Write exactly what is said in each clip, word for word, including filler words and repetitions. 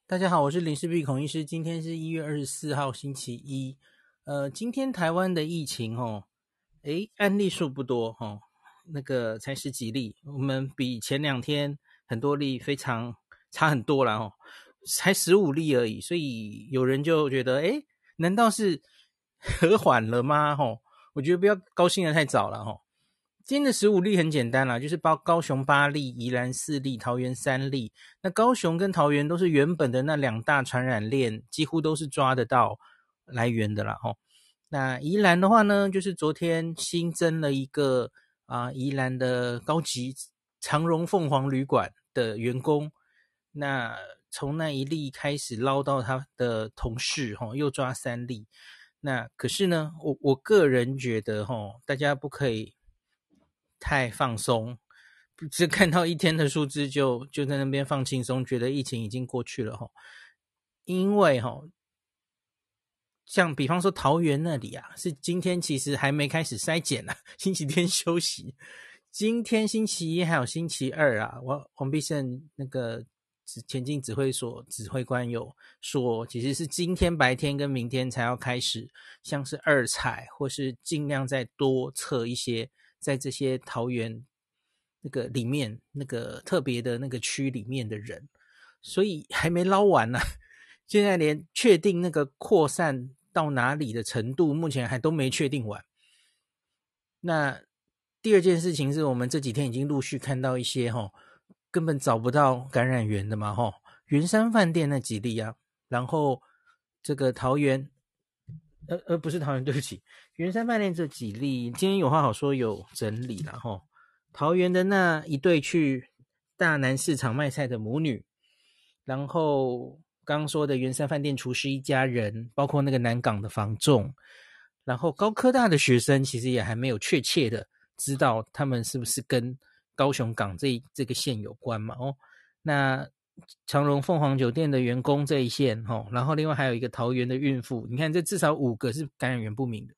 大家好，我是林氏璧孔医师。今天是一月二十四号，星期一。呃，今天台湾的疫情哦，诶，案例数不多哦，那个才十几例，我们比前两天很多例非常差很多了哦，才十五例而已。所以有人就觉得，诶，难道是和缓了吗？哦，我觉得不要高兴得太早了哦。今天的十五例很简单啦，就是包高雄八例、宜兰四例、桃园三例。那高雄跟桃园都是原本的那两大传染链，几乎都是抓得到来源的啦齁。那宜兰的话呢，就是昨天新增了一个啊、呃、宜兰的高级长荣凤凰旅馆的员工，那从那一例开始捞到他的同事齁，又抓三例。那可是呢，我我个人觉得齁，大家不可以太放松，只看到一天的数字就就在那边放轻松，觉得疫情已经过去了齁。因为齁，像比方说桃园那里啊，是今天其实还没开始筛检啊，星期天休息。今天星期一还有星期二啊，王王必胜那个前进指挥所指挥官有说，其实是今天白天跟明天才要开始，像是二采或是尽量再多测一些，在这些桃园那个里面那个特别的那个区里面的人，所以还没捞完呢、啊。现在连确定那个扩散到哪里的程度，目前还都没确定完。那第二件事情是我们这几天已经陆续看到一些齁，根本找不到感染源的嘛齁，圆山饭店那几例啊，然后这个桃园呃呃不是桃园，对不起，圆山饭店这几例今天有话好说有整理啦齁。桃园的那一对去大南市场卖菜的母女，然后刚说的圆山饭店厨师一家人，包括那个南港的房仲，然后高科大的学生其实也还没有确切的知道他们是不是跟高雄港这这个线有关嘛哦。那长荣凤凰酒店的员工这一线哦，然后另外还有一个桃园的孕妇，你看这至少五个是感染源不明的。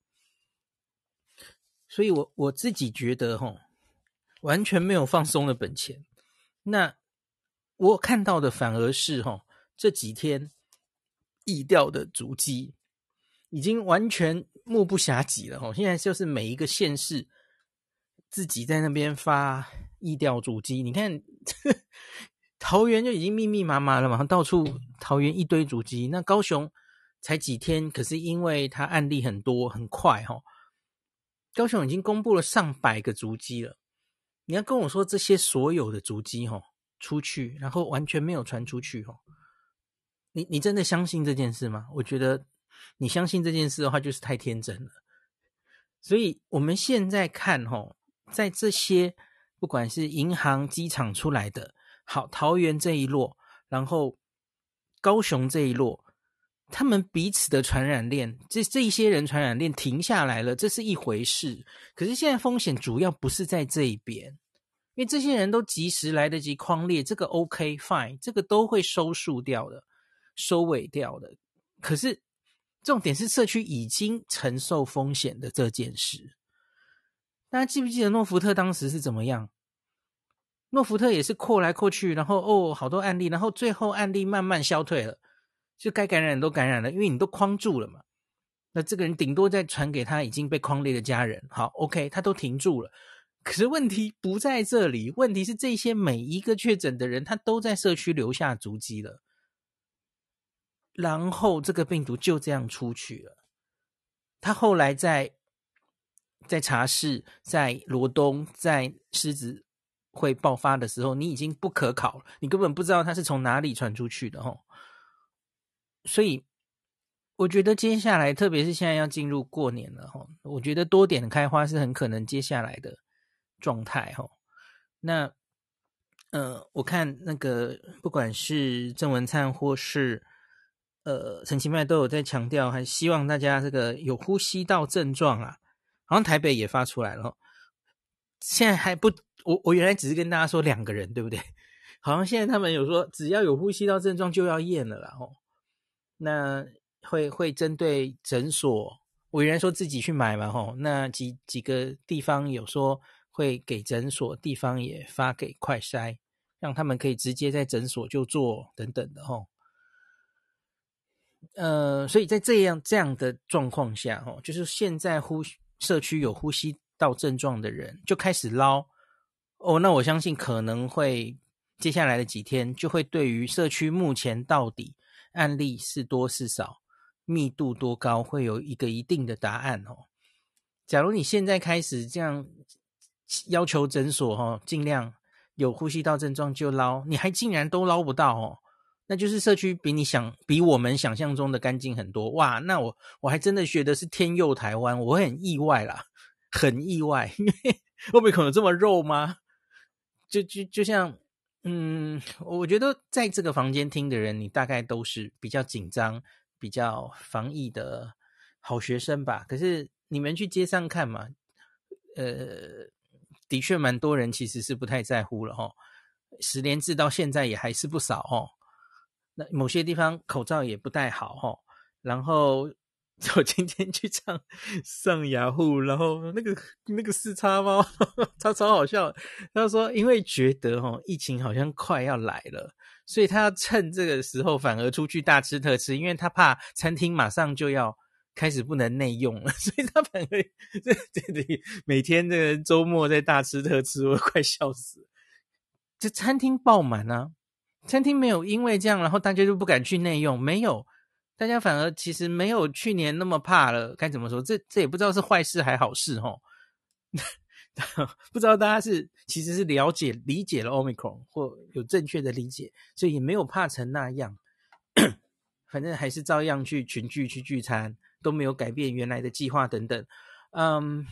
所以我我自己觉得齁，完全没有放松的本钱。那我看到的反而是齁，这几天疫调的足迹已经完全目不暇给了齁，现在就是每一个县市自己在那边发疫调足迹，你看桃园就已经密密麻麻了嘛，到处桃园一堆足迹，那高雄才几天，可是因为它案例很多很快齁，高雄已经公布了上百个足迹了。你要跟我说这些所有的足迹齁出去，然后完全没有传出去齁，你你真的相信这件事吗？我觉得你相信这件事的话就是太天真了。所以我们现在看齁，在这些不管是银行机场出来的，好，桃园这一落，然后高雄这一落，他们彼此的传染链，这这一些人传染链停下来了，这是一回事。可是现在风险主要不是在这一边，因为这些人都及时来得及匡列，这个 OK fine， 这个都会收束掉的，收尾掉的。可是重点是社区已经承受风险的这件事。大家记不记得诺福特当时是怎么样？诺福特也是扩来扩去，然后哦好多案例，然后最后案例慢慢消退了，就该感染的都感染了，因为你都框住了嘛。那这个人顶多再传给他已经被匡列的家人，好 OK 他都停住了。可是问题不在这里，问题是这些每一个确诊的人他都在社区留下足迹了，然后这个病毒就这样出去了。他后来在在茶室，在罗东，在狮子会爆发的时候，你已经不可考了，你根本不知道它是从哪里传出去的齁。所以我觉得接下来特别是现在要进入过年了齁，我觉得多点开花是很可能接下来的状态齁。那呃，我看那个不管是郑文灿或是呃陈其迈都有在强调，还希望大家这个有呼吸道症状啊，好像台北也发出来了齁。现在还不，我我原来只是跟大家说两个人，对不对？好像现在他们有说只要有呼吸道症状就要验了啦齁。那会会针对诊所，我原来说自己去买嘛齁，那几几个地方有说会给诊所，地方也发给快筛，让他们可以直接在诊所就做等等的齁。 呃，所以在这样这样的状况下，哦，就是现在呼社区有呼吸道症状的人就开始捞，哦，那我相信可能会接下来的几天就会对于社区目前到底案例是多是少，密度多高，会有一个一定的答案哦。假如你现在开始这样要求诊所哦，尽量有呼吸道症状就捞，你还竟然都捞不到哦，那就是社区比你想比我们想象中的干净很多哇！那我我还真的觉得是天佑台湾，我会很意外啦，很意外，因为欧美可能这么肉吗？就就就像嗯，我觉得在这个房间听的人，你大概都是比较紧张、比较防疫的好学生吧。可是你们去街上看嘛，呃，的确蛮多人其实是不太在乎了齁。十连制到现在也还是不少齁。那某些地方口罩也不戴好齁。然后我今天去上上雅虎，然后那个那个四叉猫超超好笑。他说因为觉得齁疫情好像快要来了，所以他要趁这个时候反而出去大吃特吃，因为他怕餐厅马上就要开始不能内用了，所以他反而这这里每天这个周末在大吃特吃，我快笑死了。这餐厅爆满啊，餐厅没有因为这样然后大家就不敢去内用，没有，大家反而其实没有去年那么怕了。该怎么说，这这也不知道是坏事还好事齁。不知道大家是其实是了解理解了 Omicron 或有正确的理解，所以也没有怕成那样。反正还是照样去群聚去聚餐，都没有改变原来的计划等等。嗯，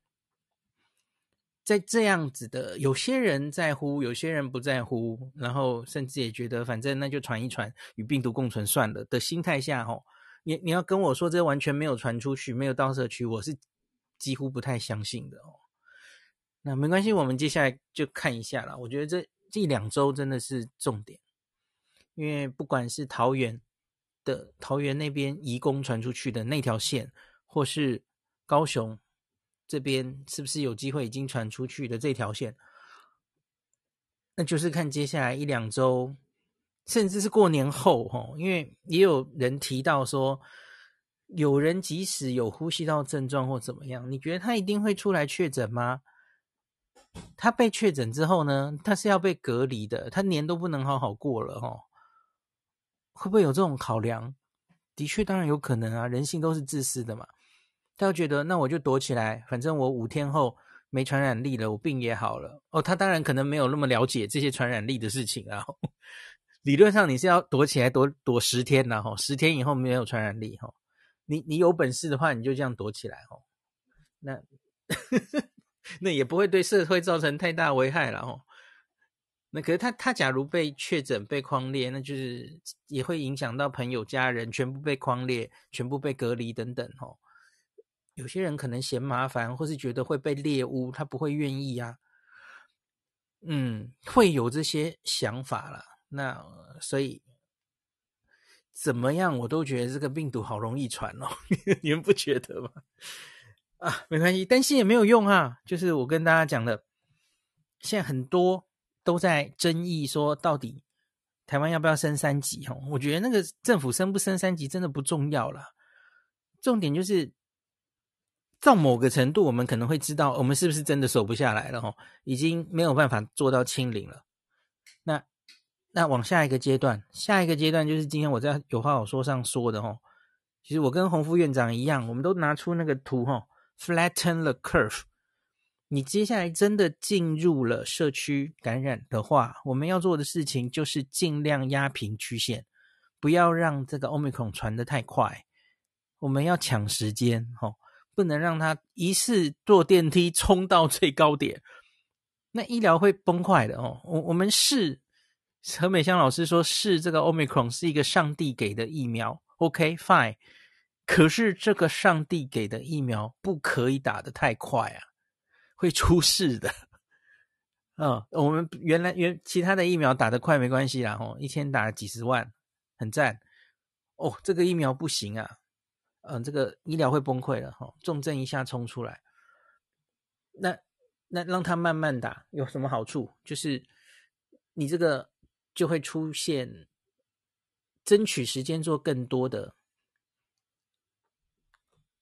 在这样子的有些人在乎有些人不在乎，然后甚至也觉得反正那就传一传，与病毒共存算了的心态下齁，你你要跟我说这完全没有传出去，没有到社区，我是几乎不太相信的哦。那没关系，我们接下来就看一下啦。我觉得这这两周真的是重点，因为不管是桃园的桃园那边移工传出去的那条线，或是高雄这边是不是有机会已经传出去的这条线，那就是看接下来一两周，甚至是过年后齁，因为也有人提到说，有人即使有呼吸道症状或怎么样，你觉得他一定会出来确诊吗？他被确诊之后呢，他是要被隔离的，他年都不能好好过了齁。会不会有这种考量？的确当然有可能啊，人性都是自私的嘛。他就觉得那我就躲起来，反正我五天后没传染力了，我病也好了。哦，他当然可能没有那么了解这些传染力的事情啊。理论上你是要躲起来躲躲十天啦，吼，十天以后没有传染力，吼，你你有本事的话，你就这样躲起来，吼，那那也不会对社会造成太大危害了，吼。那可是他他假如被确诊被匡列，那就是也会影响到朋友家人，全部被匡列，全部被隔离等等，吼。有些人可能嫌麻烦，或是觉得会被猎污，他不会愿意啊。嗯，会有这些想法啦。那、呃、所以怎么样我都觉得这个病毒好容易传哦。你们不觉得吗？啊，没关系，担心也没有用啊。就是我跟大家讲的，现在很多都在争议说到底台湾要不要升三级，我觉得那个政府升不升三级真的不重要啦。重点就是到某个程度我们可能会知道我们是不是真的守不下来了，已经没有办法做到清零了。那那往下一个阶段，下一个阶段就是今天我在有话好说上说的，其实我跟洪副院长一样，我们都拿出那个图 flatten the curve。 你接下来真的进入了社区感染的话，我们要做的事情就是尽量压平曲线，不要让这个 Omicron 传得太快，我们要抢时间，不能让它一次坐电梯冲到最高点，那医疗会崩坏的哦。我我们是何美香老师说是这个 Omicron 是一个上帝给的疫苗 OK fine， 可是这个上帝给的疫苗不可以打得太快啊，会出事的。嗯，我们原来原其他的疫苗打得快没关系啦，一天打几十万很赞哦，这个疫苗不行啊，嗯，这个医疗会崩溃了，重症一下冲出来，那那让他慢慢打有什么好处？就是你这个就会出现争取时间做更多的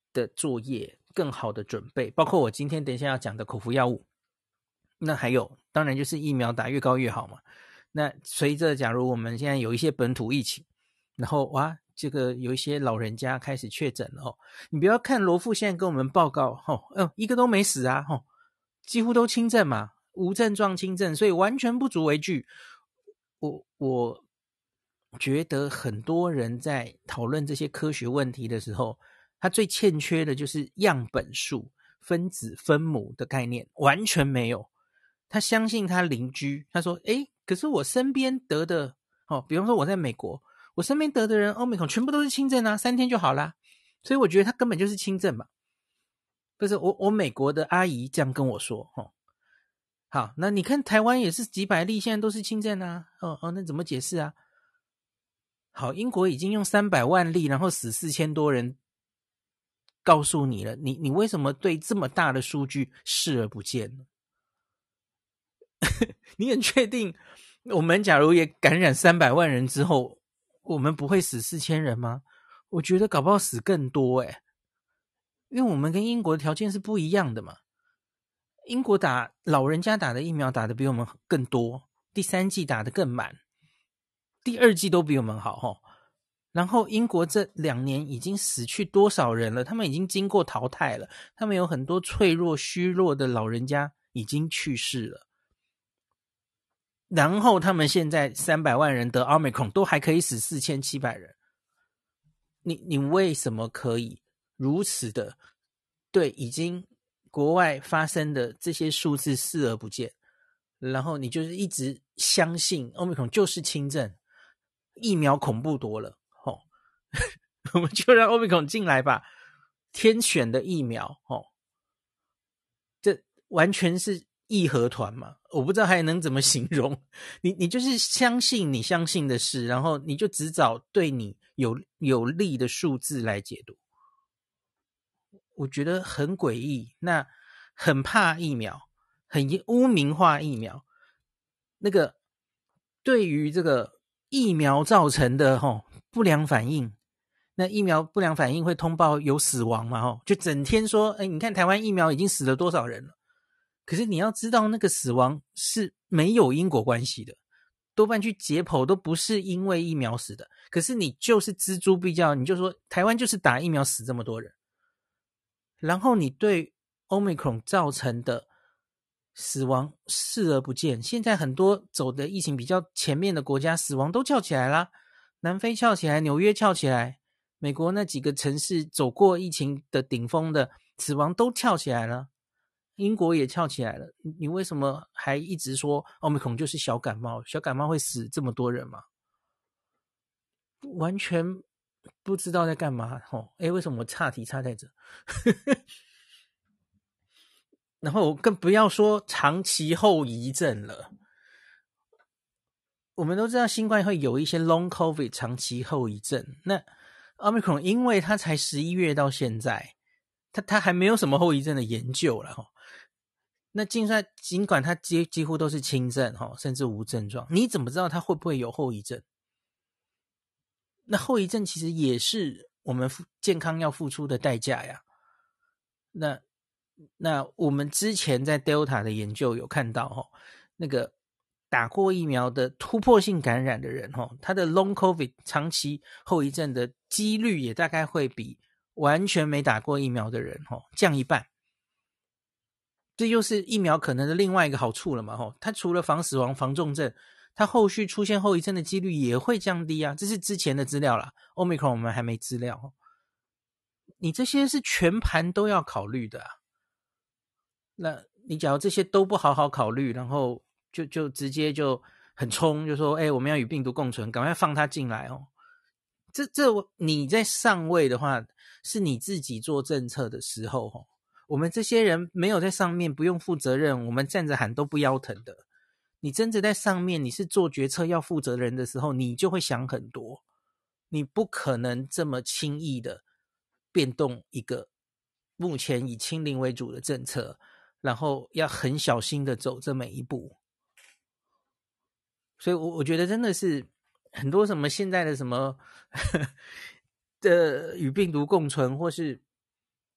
的作业，更好的准备，包括我今天等一下要讲的口服药物。那还有，当然就是疫苗打越高越好嘛。那随着假如我们现在有一些本土疫情，然后哇，这个有一些老人家开始确诊了哦，你不要看罗富现在跟我们报告哦，呃，一个都没死啊，哦，几乎都轻症嘛，无症状轻症，所以完全不足为惧。我我觉得很多人在讨论这些科学问题的时候，他最欠缺的就是样本数、分子分母的概念，完全没有。他相信他邻居，他说：诶，可是我身边得的，哦，比方说我在美国，我身边得的人 Omicron 全部都是轻症啊，三天就好啦。所以我觉得他根本就是轻症嘛。不是我我美国的阿姨这样跟我说，哦，好，那你看台湾也是几百例，现在都是轻症啊，哦哦，那怎么解释啊？好，英国已经用三百万例，然后死四千多人，告诉你了，你你为什么对这么大的数据视而不见呢？你很确定我们假如也感染三百万人之后，我们不会死四千人吗？我觉得搞不好死更多诶、欸、因为我们跟英国的条件是不一样的嘛。英国打老人家打的疫苗打的比我们更多，第三剂打的更满，第二剂都比我们好齁。然后英国这两年已经死去多少人了，他们已经经过淘汰了，他们有很多脆弱虚弱的老人家已经去世了，然后他们现在三百万人得 Omicron 都还可以死四千七百人，你你为什么可以如此的对已经国外发生的这些数字视而不见，然后你就是一直相信 Omicron 就是轻症，疫苗恐怖多了，哦，我们就让 Omicron 进来吧，天选的疫苗，哦，这完全是义和团嘛，我不知道还能怎么形容。你你就是相信你相信的事，然后你就只找对你有有利的数字来解读，我觉得很诡异。那很怕疫苗，很污名化疫苗，那个对于这个疫苗造成的齁不良反应，那疫苗不良反应会通报有死亡嘛齁，就整天说，哎，你看台湾疫苗已经死了多少人了。可是你要知道，那个死亡是没有因果关系的，多半去解剖都不是因为疫苗死的。可是你就是锱铢必较，你就说台湾就是打疫苗死这么多人，然后你对 Omicron 造成的死亡视而不见。现在很多走的疫情比较前面的国家，死亡都翘起来啦，南非翘起来，纽约翘起来，美国那几个城市走过疫情的顶峰的死亡都翘起来了。英国也翘起来了，你为什么还一直说奥密克戎就是小感冒？小感冒会死这么多人吗？完全不知道在干嘛哦！哎，为什么我岔题岔在这？然后我更不要说长期后遗症了。我们都知道新冠会有一些 long COVID 长期后遗症，那奥密克戎因为它才十一月到现在，它它还没有什么后遗症的研究了哈。那尽算尽管它几几乎都是轻症哈，甚至无症状，你怎么知道它会不会有后遗症？那后遗症其实也是我们健康要付出的代价呀。那那我们之前在 Delta 的研究有看到哈，那个打过疫苗的突破性感染的人哈，他的 Long COVID 长期后遗症的几率也大概会比完全没打过疫苗的人哈降一半。这又是疫苗可能的另外一个好处了嘛，吼，它除了防死亡、防重症，它后续出现后遗症的几率也会降低啊，这是之前的资料啦 Omicron 我们还没资料，你这些是全盘都要考虑的啊。那你假如这些都不好好考虑，然后就就直接就很冲，就说，哎，我们要与病毒共存，赶快放它进来哦。这这你在上位的话，是你自己做政策的时候，吼。我们这些人没有在上面不用负责任，我们站着喊都不腰疼的。你真的在上面，你是做决策要负责人的时候，你就会想很多，你不可能这么轻易的变动一个目前以清零为主的政策，然后要很小心的走这每一步。所以我我觉得真的是很多什么现在的什么的与病毒共存，或是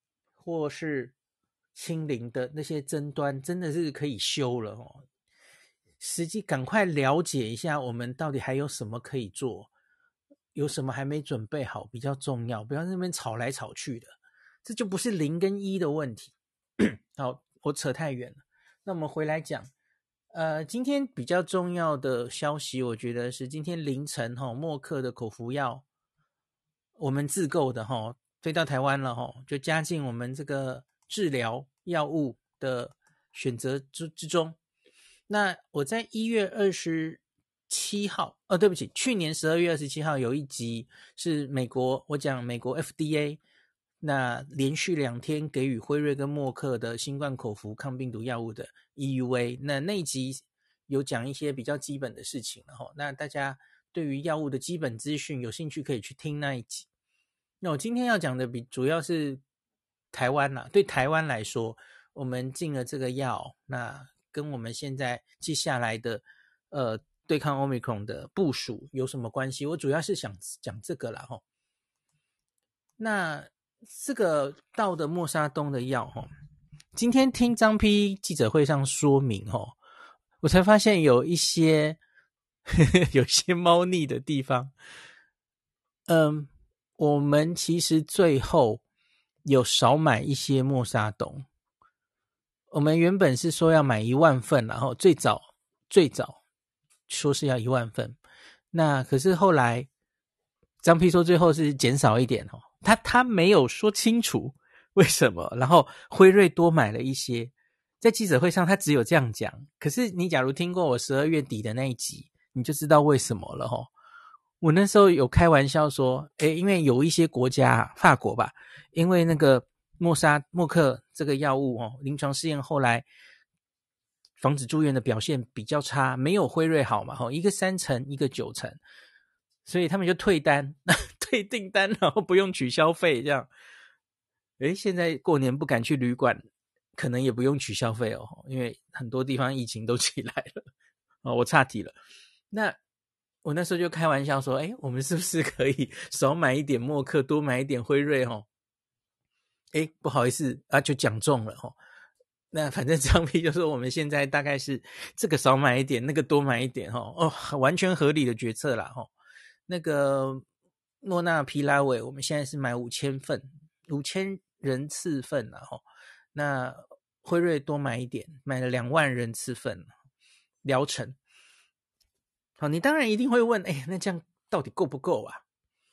或是清零的那些争端，真的是可以修了哦。实际赶快了解一下，我们到底还有什么可以做，有什么还没准备好比较重要，不要在那边吵来吵去的，这就不是零跟一的问题。好，我扯太远了，那我们回来讲。呃，今天比较重要的消息，我觉得是今天凌晨哈、哦，默克的口服药，我们自购的哈、哦，飞到台湾了哈、哦，就加进我们这个治疗药物的选择之之中。那我在一月二十七号，哦，对不起，去年十二月二十七号有一集是美国，我讲美国 F D A。那连续两天给予辉瑞跟默克的新冠口服抗病毒药物的 E U A， 那那一集有讲一些比较基本的事情了齁。那大家对于药物的基本资讯有兴趣可以去听那一集。那我今天要讲的比主要是台湾啦，对台湾来说，我们进了这个药，那跟我们现在接下来的呃对抗 Omicron 的部署有什么关系？我主要是想讲这个啦齁。那这个到的默沙东的药齁，今天听张批记者会上说明齁，我才发现有一些呵呵有些猫腻的地方。嗯，我们其实最后有少买一些默沙东，我们原本是说要买一万份，然后最早最早说是要一万份，那可是后来张批说最后是减少一点哦。他他没有说清楚为什么，然后辉瑞多买了一些，在记者会上他只有这样讲。可是你假如听过我十二月底的那一集，你就知道为什么了齁。我那时候有开玩笑说，诶，因为有一些国家，法国吧，因为那个默沙默克这个药物哦，临床试验后来防止住院的表现比较差，没有辉瑞好嘛齁，一个三成，一个九成。所以他们就退单退订单，然后不用取消费这样。诶，现在过年不敢去旅馆，可能也不用取消费哦，因为很多地方疫情都起来了。哦，我岔题了。那我那时候就开玩笑说，诶，我们是不是可以少买一点默克，多买一点辉瑞哦？诶，不好意思啊，就讲中了哦。那反正张批就说我们现在大概是这个少买一点，那个多买一点哦，哦，完全合理的决策啦哦。那个诺纳皮拉韦，我们现在是买五千份，五千人次份啦齁。那辉瑞多买一点，买了两万人次份疗程。好，你当然一定会问，哎，那这样到底够不够啊？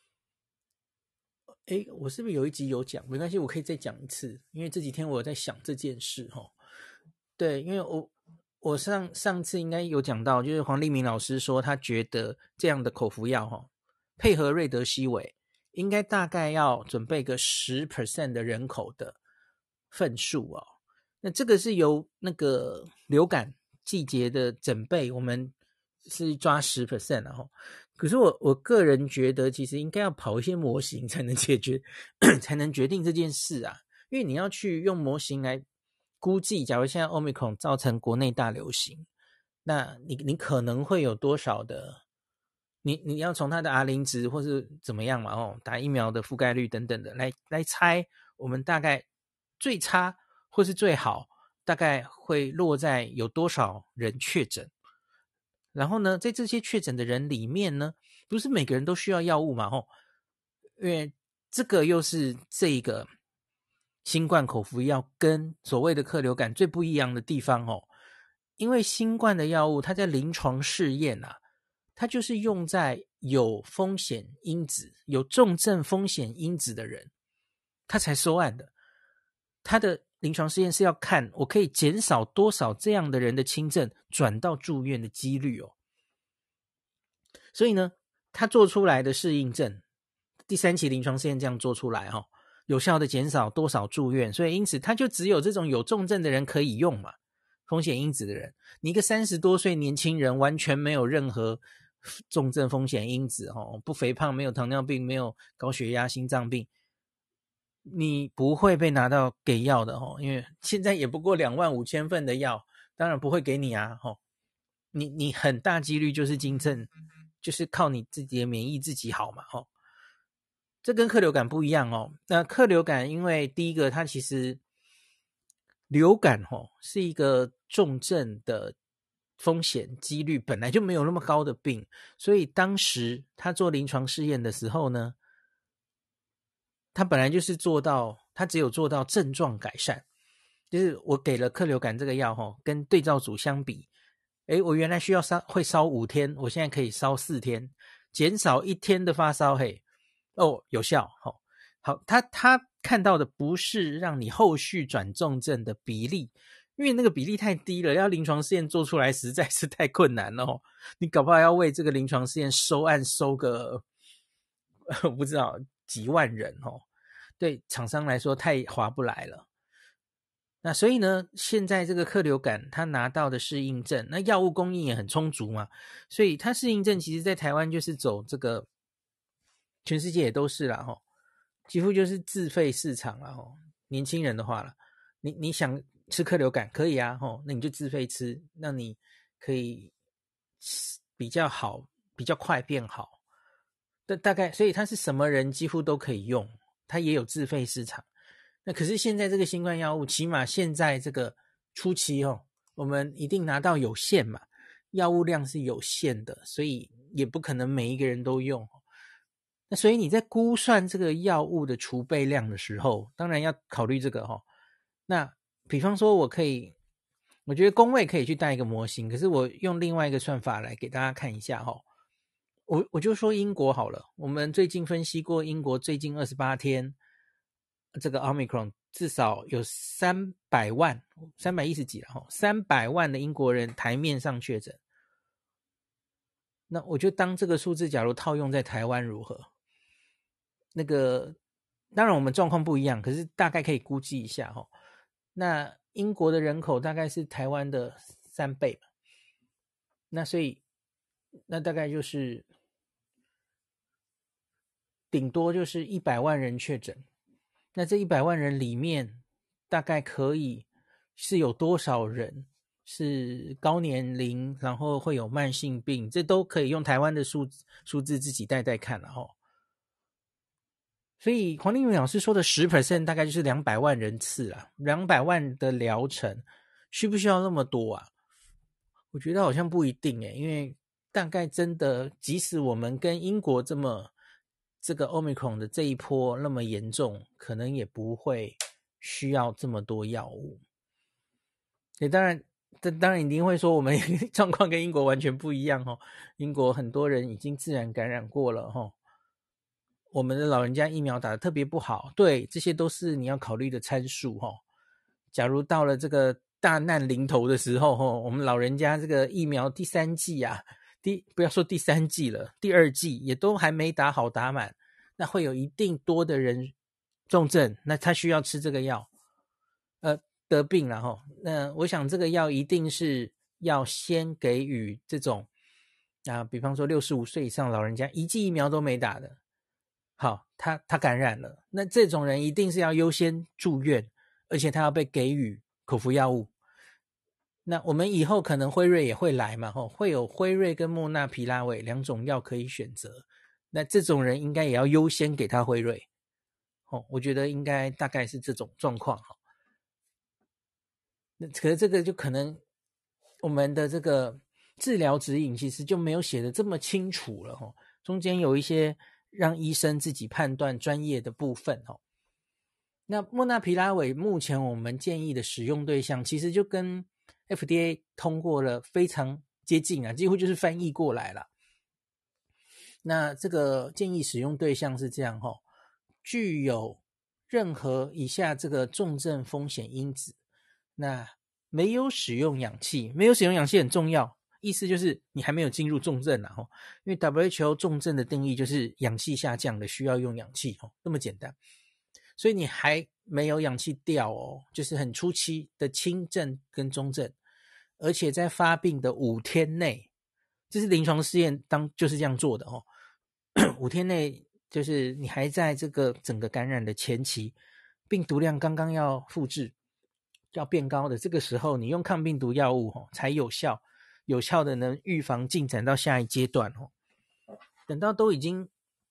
哎，我是不是有一集有讲？没关系，我可以再讲一次，因为这几天我有在想这件事齁。对，因为我我上上次应该有讲到，就是黄立明老师说他觉得这样的口服药齁，配合瑞德西韦，应该大概要准备个 百分之十 的人口的份数哦。那这个是由那个流感季节的整备，我们是抓 百分之十 然后，可是我我个人觉得，其实应该要跑一些模型才能解决，才能决定这件事啊。因为你要去用模型来估计，假如现在 Omicron 造成国内大流行，那你你可能会有多少的？你你要从它的 R 零 值或是怎么样嘛，哦，打疫苗的覆盖率等等的来来猜，我们大概最差或是最好，大概会落在有多少人确诊。然后呢，在这些确诊的人里面呢，不是每个人都需要药物嘛，哦，因为这个又是这个新冠口服药跟所谓的克流感最不一样的地方哦。因为新冠的药物它在临床试验啊，它就是用在有风险因子、有重症风险因子的人，它才收案的。它的临床试验是要看我可以减少多少这样的人的轻症转到住院的几率哦。所以呢，它做出来的适应症，第三期临床试验这样做出来哦，有效的减少多少住院，所以因此它就只有这种有重症的人可以用嘛。风险因子的人，你一个三十多岁年轻人完全没有任何重症风险因子哦，不肥胖，没有糖尿病，没有高血压、心脏病，你不会被拿到给药的哦，因为现在也不过两万五千份的药，当然不会给你啊哦，你你很大几率就是轻症，就是靠你自己的免疫自己好嘛哦。 这跟克流感不一样哦。那克流感因为第一个它其实流感哦是一个重症的风险几率本来就没有那么高的病，所以当时他做临床试验的时候呢，他本来就是做到他只有做到症状改善，就是我给了克流感这个药哦，跟对照组相比，诶，我原来需要烧会烧五天，我现在可以烧四天，减少一天的发烧，嘿，哦，有效，好、哦，好，他他看到的不是让你后续转重症的比例，因为那个比例太低了，要临床试验做出来实在是太困难了哦，你搞不好要为这个临床试验收案收个我不知道几万人哦，对厂商来说太划不来了。那所以呢，现在这个克流感它拿到的适应症，那药物供应也很充足嘛，所以它适应症其实在台湾就是走这个，全世界也都是啦齁，几乎就是自费市场啦齁。年轻人的话啦，你你想吃克流感可以啊齁，那你就自费吃，那你可以比较好，比较快变好。但大概所以它是什么人几乎都可以用，它也有自费市场。那可是现在这个新冠药物，起码现在这个初期哦，我们一定拿到有限嘛，药物量是有限的，所以也不可能每一个人都用。那所以你在估算这个药物的储备量的时候，当然要考虑这个哈、哦。那比方说，我可以，我觉得公卫可以去带一个模型，可是我用另外一个算法来给大家看一下哈、哦。我我就说英国好了，我们最近分析过英国最近二十八天。这个 Omicron 至少有三百万三百一十几了三百万的英国人台面上确诊。那我就当这个数字假如套用在台湾如何？那个当然我们状况不一样，可是大概可以估计一下齁。那英国的人口大概是台湾的三倍，那所以那大概就是顶多就是一百万人确诊。那这一百万人里面，大概可以是有多少人是高年龄，然后会有慢性病，这都可以用台湾的数数字自己带带看了齁。所以黄立明老师说的 百分之十 大概就是两百万人次啦，两百万的疗程需不需要那么多啊？我觉得好像不一定诶，因为大概真的即使我们跟英国这么这个 Omicron 的这一波那么严重，可能也不会需要这么多药物。也当然当然一定会说我们状况跟英国完全不一样哦，英国很多人已经自然感染过了哦，我们的老人家疫苗打得特别不好，对，这些都是你要考虑的参数哦。假如到了这个大难临头的时候哦，我们老人家这个疫苗第三剂啊，第不要说第三剂了，第二剂也都还没打好打满，那会有一定多的人重症，那他需要吃这个药，呃，得病了齁。那我想这个药一定是要先给予这种啊，比方说六十五岁以上老人家一剂疫苗都没打的，好，他他感染了，那这种人一定是要优先住院，而且他要被给予口服药物。那我们以后可能辉瑞也会来嘛，吼，会有辉瑞跟莫纳皮拉韦两种药可以选择。那这种人应该也要优先给他辉瑞，哦，我觉得应该大概是这种状况哈。那可是这个就可能我们的这个治疗指引其实就没有写的这么清楚了哈，中间有一些让医生自己判断专业的部分哈。那莫纳皮拉韦目前我们建议的使用对象其实就跟 F D A 通过了非常接近啊，几乎就是翻译过来了。那这个建议使用对象是这样齁，具有任何以下这个重症风险因子，那没有使用氧气，没有使用氧气很重要，意思就是你还没有进入重症啊齁，因为 W H O 重症的定义就是氧气下降的需要用氧气齁，那么简单。所以你还没有氧气吊哦，就是很初期的轻症跟中症，而且在发病的五天内，这是临床试验当就是这样做的哦。五天内就是你还在这个整个感染的前期，病毒量刚刚要复制要变高的这个时候，你用抗病毒药物哦才有效，有效的能预防进展到下一阶段哦。等到都已经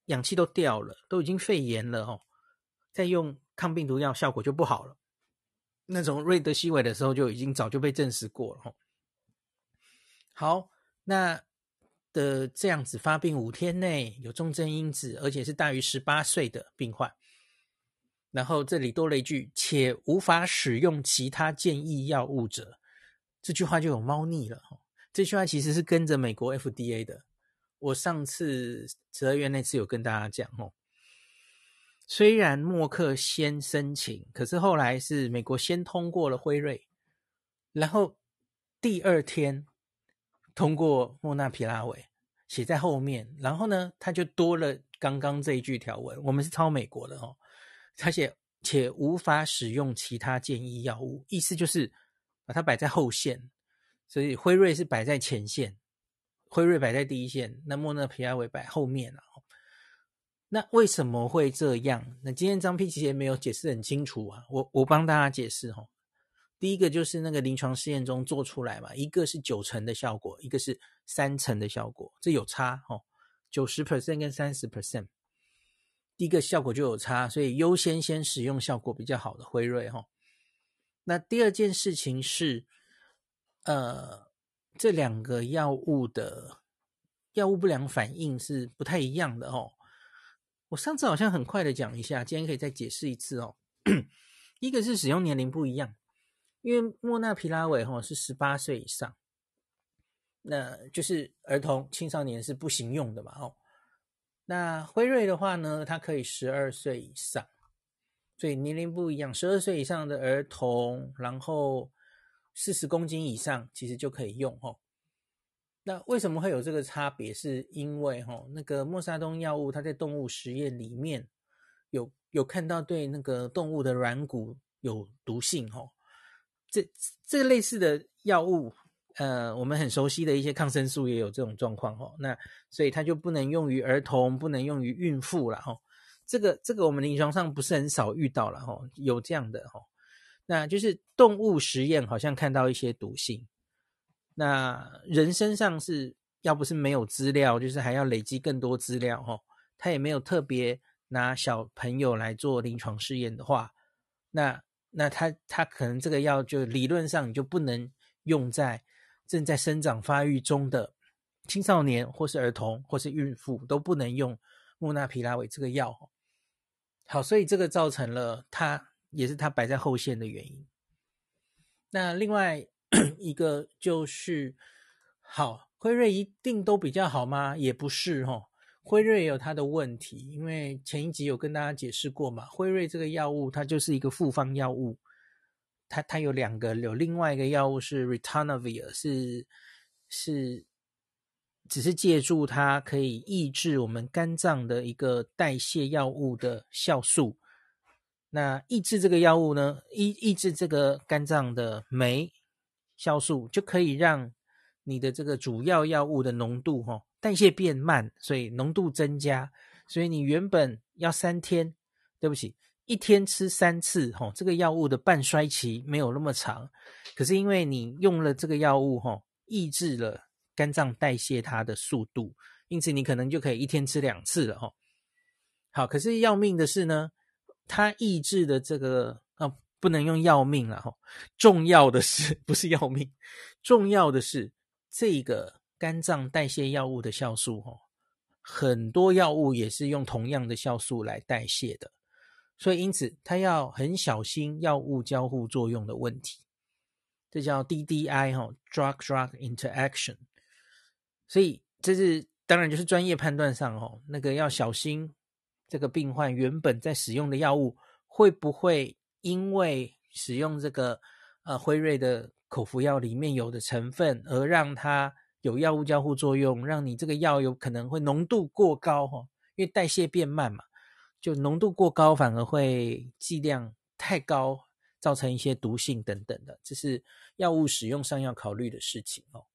氧气都掉了，都已经肺炎了哦，再用抗病毒药效果就不好了。那种瑞德西韦的时候就已经早就被证实过了哦。好，那的这样子发病五天内有重症因子，而且是大于十八岁的病患。然后这里多了一句，且无法使用其他建议药物者，这句话就有猫腻了。这句话其实是跟着美国 F D A 的。我上次十二月那次有跟大家讲哦，虽然默克先申请，可是后来是美国先通过了辉瑞，然后第二天通过莫纳皮拉韦，写在后面，然后呢，他就多了刚刚这一句条文，我们是抄美国的哦，他写且无法使用其他建议药物，意思就是把它摆在后线，所以辉瑞是摆在前线，辉瑞摆在第一线，那莫纳皮拉韦摆后面了。那为什么会这样？那今天张丕其实也没有解释很清楚啊，我我帮大家解释哈。第一个就是那个临床试验中做出来嘛，一个是九成的效果，一个是三成的效果，这有差哦， 百分之九十 跟 百分之三十， 第一个效果就有差，所以优先先使用效果比较好的辉瑞哈。那第二件事情是，呃，这两个药物的药物不良反应是不太一样的哦。我上次好像很快的讲一下，今天可以再解释一次哦。一个是使用年龄不一样，因为莫纳皮拉韦哈是十八岁以上，那就是儿童青少年是不行用的嘛哦。那辉瑞的话呢，它可以十二岁以上，所以年龄不一样，十二岁以上的儿童，然后四十公斤以上其实就可以用哦。那为什么会有这个差别？是因为哈、哦，那个莫沙东药物它在动物实验里面有有看到对那个动物的软骨有毒性哦。这这个类似的药物，呃，我们很熟悉的一些抗生素也有这种状况哦。那所以它就不能用于儿童，不能用于孕妇了哦。这个这个我们临床上不是很少遇到了哦，有这样的哦。那就是动物实验好像看到一些毒性。那人身上是要不是没有资料，就是还要累积更多资料哦。他也没有特别拿小朋友来做临床试验的话，那那他他可能这个药就理论上你就不能用在正在生长发育中的青少年或是儿童或是孕妇，都不能用莫纳皮拉韦这个药。好，所以这个造成了它也是它摆在后线的原因。那另外一个就是好，辉瑞一定都比较好吗？也不是哦，辉瑞也有它的问题，因为前一集有跟大家解释过嘛，辉瑞这个药物它就是一个复方药物，它它有两个，有另外一个药物是 Ritonavir， 是是只是借助它可以抑制我们肝脏的一个代谢药物的酵素。那抑制这个药物呢，抑抑制这个肝脏的酶酵素，就可以让你的这个主要药物的浓度哈、哦、代谢变慢，所以浓度增加，所以你原本要三天，对不起，一天吃三次哈、哦，这个药物的半衰期没有那么长，可是因为你用了这个药物哈、哦，抑制了肝脏代谢它的速度，因此你可能就可以一天吃两次了哈、哦。好，可是要命的是呢，它抑制的这个啊，不能用要命了哈。重要的是不是要命？重要的是这个肝脏代谢药物的酵素哈，很多药物也是用同样的酵素来代谢的，所以因此它要很小心药物交互作用的问题，这叫 D D I 哈 ，Drug-Drug Interaction。所以这是当然就是专业判断上哦，那个要小心。这个病患原本在使用的药物会不会因为使用这个呃辉瑞的口服药里面有的成分而让它有药物交互作用，让你这个药有可能会浓度过高哈、哦，因为代谢变慢嘛，就浓度过高反而会剂量太高，造成一些毒性等等的，这是药物使用上要考虑的事情哦。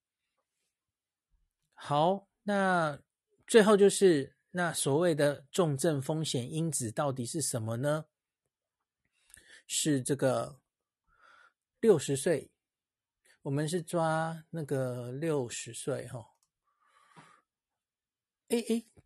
好，那最后就是那所谓的重症风险因子到底是什么呢？是这个六十岁，我们是抓那个六十岁哈。诶诶，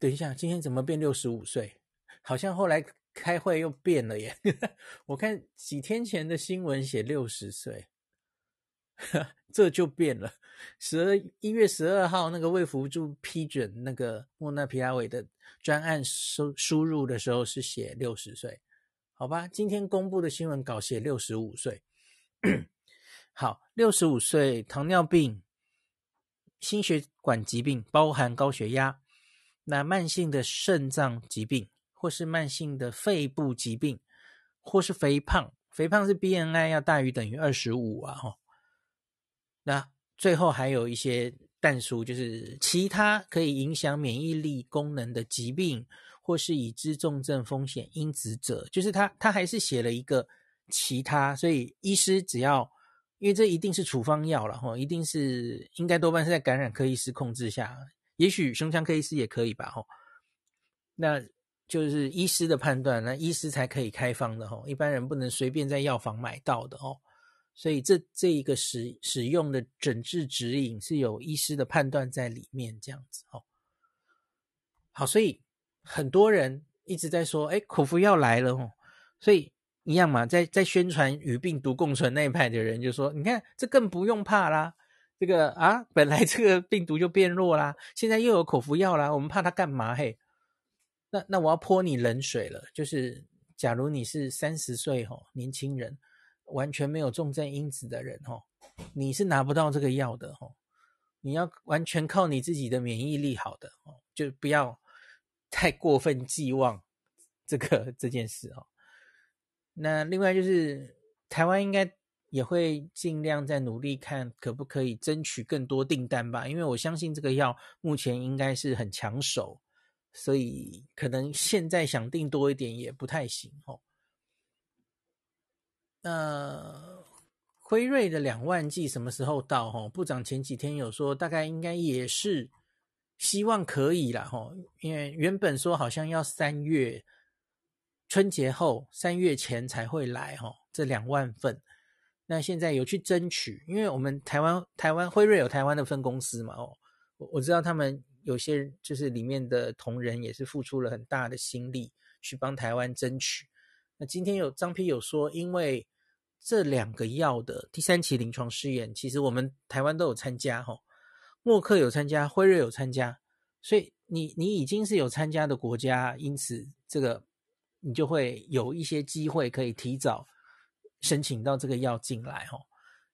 等一下，今天怎么变六十五岁？好像后来开会又变了耶。我看几天前的新闻写六十岁，这就变了。十二一月十二号那个卫福部批准那个莫纳皮拉韦的专案输输入的时候是写六十岁，好吧？今天公布的新闻稿写六十五岁。好，六十五岁，糖尿病、心血管疾病，包含高血压，那慢性的肾脏疾病，或是慢性的肺部疾病，或是肥胖，肥胖是 B M I 要大于等于二十五啊。齁，那最后还有一些但书，就是其他可以影响免疫力功能的疾病，或是已知重症风险因子者，就是他他还是写了一个其他，所以医师只要，因为这一定是处方药了齁，一定是应该多半是在感染科医师控制下，也许胸腔科医师也可以吧齁，那就是医师的判断，那医师才可以开方的齁，一般人不能随便在药房买到的齁。所以这这一个使使用的诊治指引是有医师的判断在里面，这样子哦。好，所以很多人一直在说，哎，口服药来了哦，所以一样嘛，在在宣传与病毒共存那一派的人就说，你看这更不用怕啦，这个啊本来这个病毒就变弱啦，现在又有口服药啦，我们怕它干嘛？嘿，那那我要泼你冷水了，就是假如你是三十岁哦，年轻人。完全没有重症因子的人齁，你是拿不到这个药的齁，你要完全靠你自己的免疫力好的齁，就不要太过分寄望这个这件事齁。那另外就是台湾应该也会尽量在努力看可不可以争取更多订单吧，因为我相信这个药目前应该是很抢手，所以可能现在想订多一点也不太行齁。那辉瑞的两万剂什么时候到？齁，部长前几天有说，大概应该也是希望可以啦，齁，因为原本说好像要三月春节后三月前才会来齁，这两万份。那现在有去争取，因为我们台湾台湾辉瑞有台湾的分公司嘛，哦，我我知道他们有些就是里面的同仁也是付出了很大的心力去帮台湾争取。那今天有张丕有说，因为这两个药的第三期临床试验，其实我们台湾都有参加齁，默克有参加，辉瑞有参加，所以你你已经是有参加的国家，因此这个你就会有一些机会可以提早申请到这个药进来齁。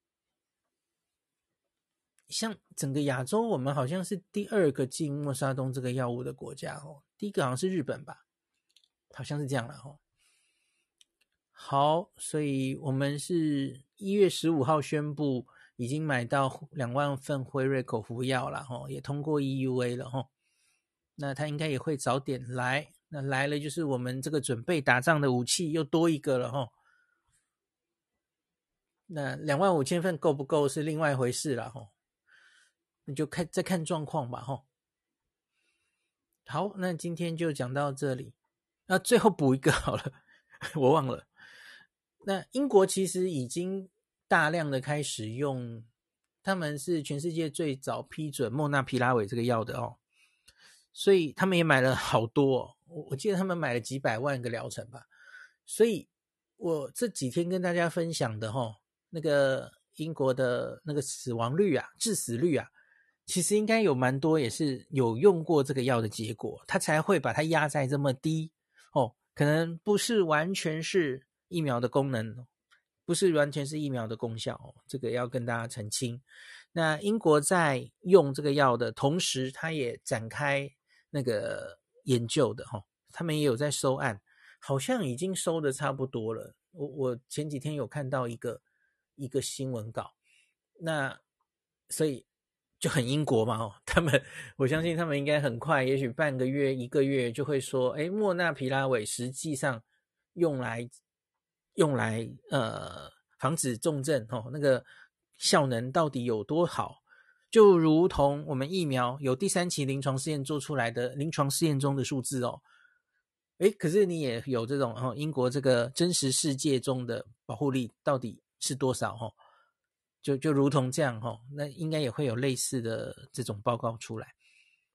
像整个亚洲，我们好像是第二个进默沙东这个药物的国家齁，第一个好像是日本吧，好像是这样啦齁。好，所以我们是一月十五号宣布已经买到两万份辉瑞口服药了齁，也通过 E U A 了齁。那他应该也会早点来，那来了就是我们这个准备打仗的武器又多一个了齁。那两万五千份够不够是另外一回事了齁，那就看再看状况吧齁。好，那今天就讲到这里。那最后补一个好了，我忘了。那英国其实已经大量的开始用，他们是全世界最早批准莫纳皮拉韦这个药的哦，所以他们也买了好多哦，我我记得他们买了几百万个疗程吧，所以我这几天跟大家分享的哦，那个英国的那个死亡率啊，致死率啊，其实应该有蛮多也是有用过这个药的结果，他才会把它压在这么低哦，可能不是完全是疫苗的功能，不是完全是疫苗的功效哦，这个要跟大家澄清。那英国在用这个药的同时，他也展开那个研究的齁，他们也有在收案，好像已经收的差不多了。我我前几天有看到一个一个新闻稿，那所以就很英国嘛哦，他们我相信他们应该很快，也许半个月一个月就会说，诶，莫纳皮拉韦实际上用来用来呃防止重症哦，那个效能到底有多好？就如同我们疫苗有第三期临床试验做出来的临床试验中的数字哦，诶，可是你也有这种哦，英国这个真实世界中的保护力到底是多少哦？就就如同这样哦，那应该也会有类似的这种报告出来。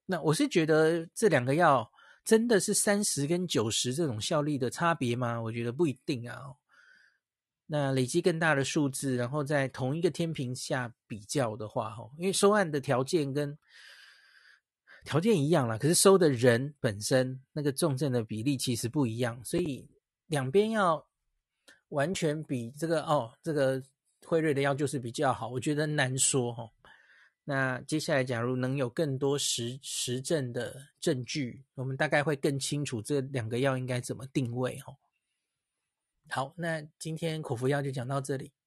那我是觉得这两个药真的是三十跟九十这种效力的差别吗？我觉得不一定啊。那累积更大的数字，然后在同一个天平下比较的话，因为收案的条件跟条件一样啦，可是收的人本身那个重症的比例其实不一样，所以两边要完全比这个哦，这个辉瑞的药就是比较好，我觉得难说哈。那接下来假如能有更多实实证的证据，我们大概会更清楚这两个药应该怎么定位哈。好，那今天口服药就讲到这里。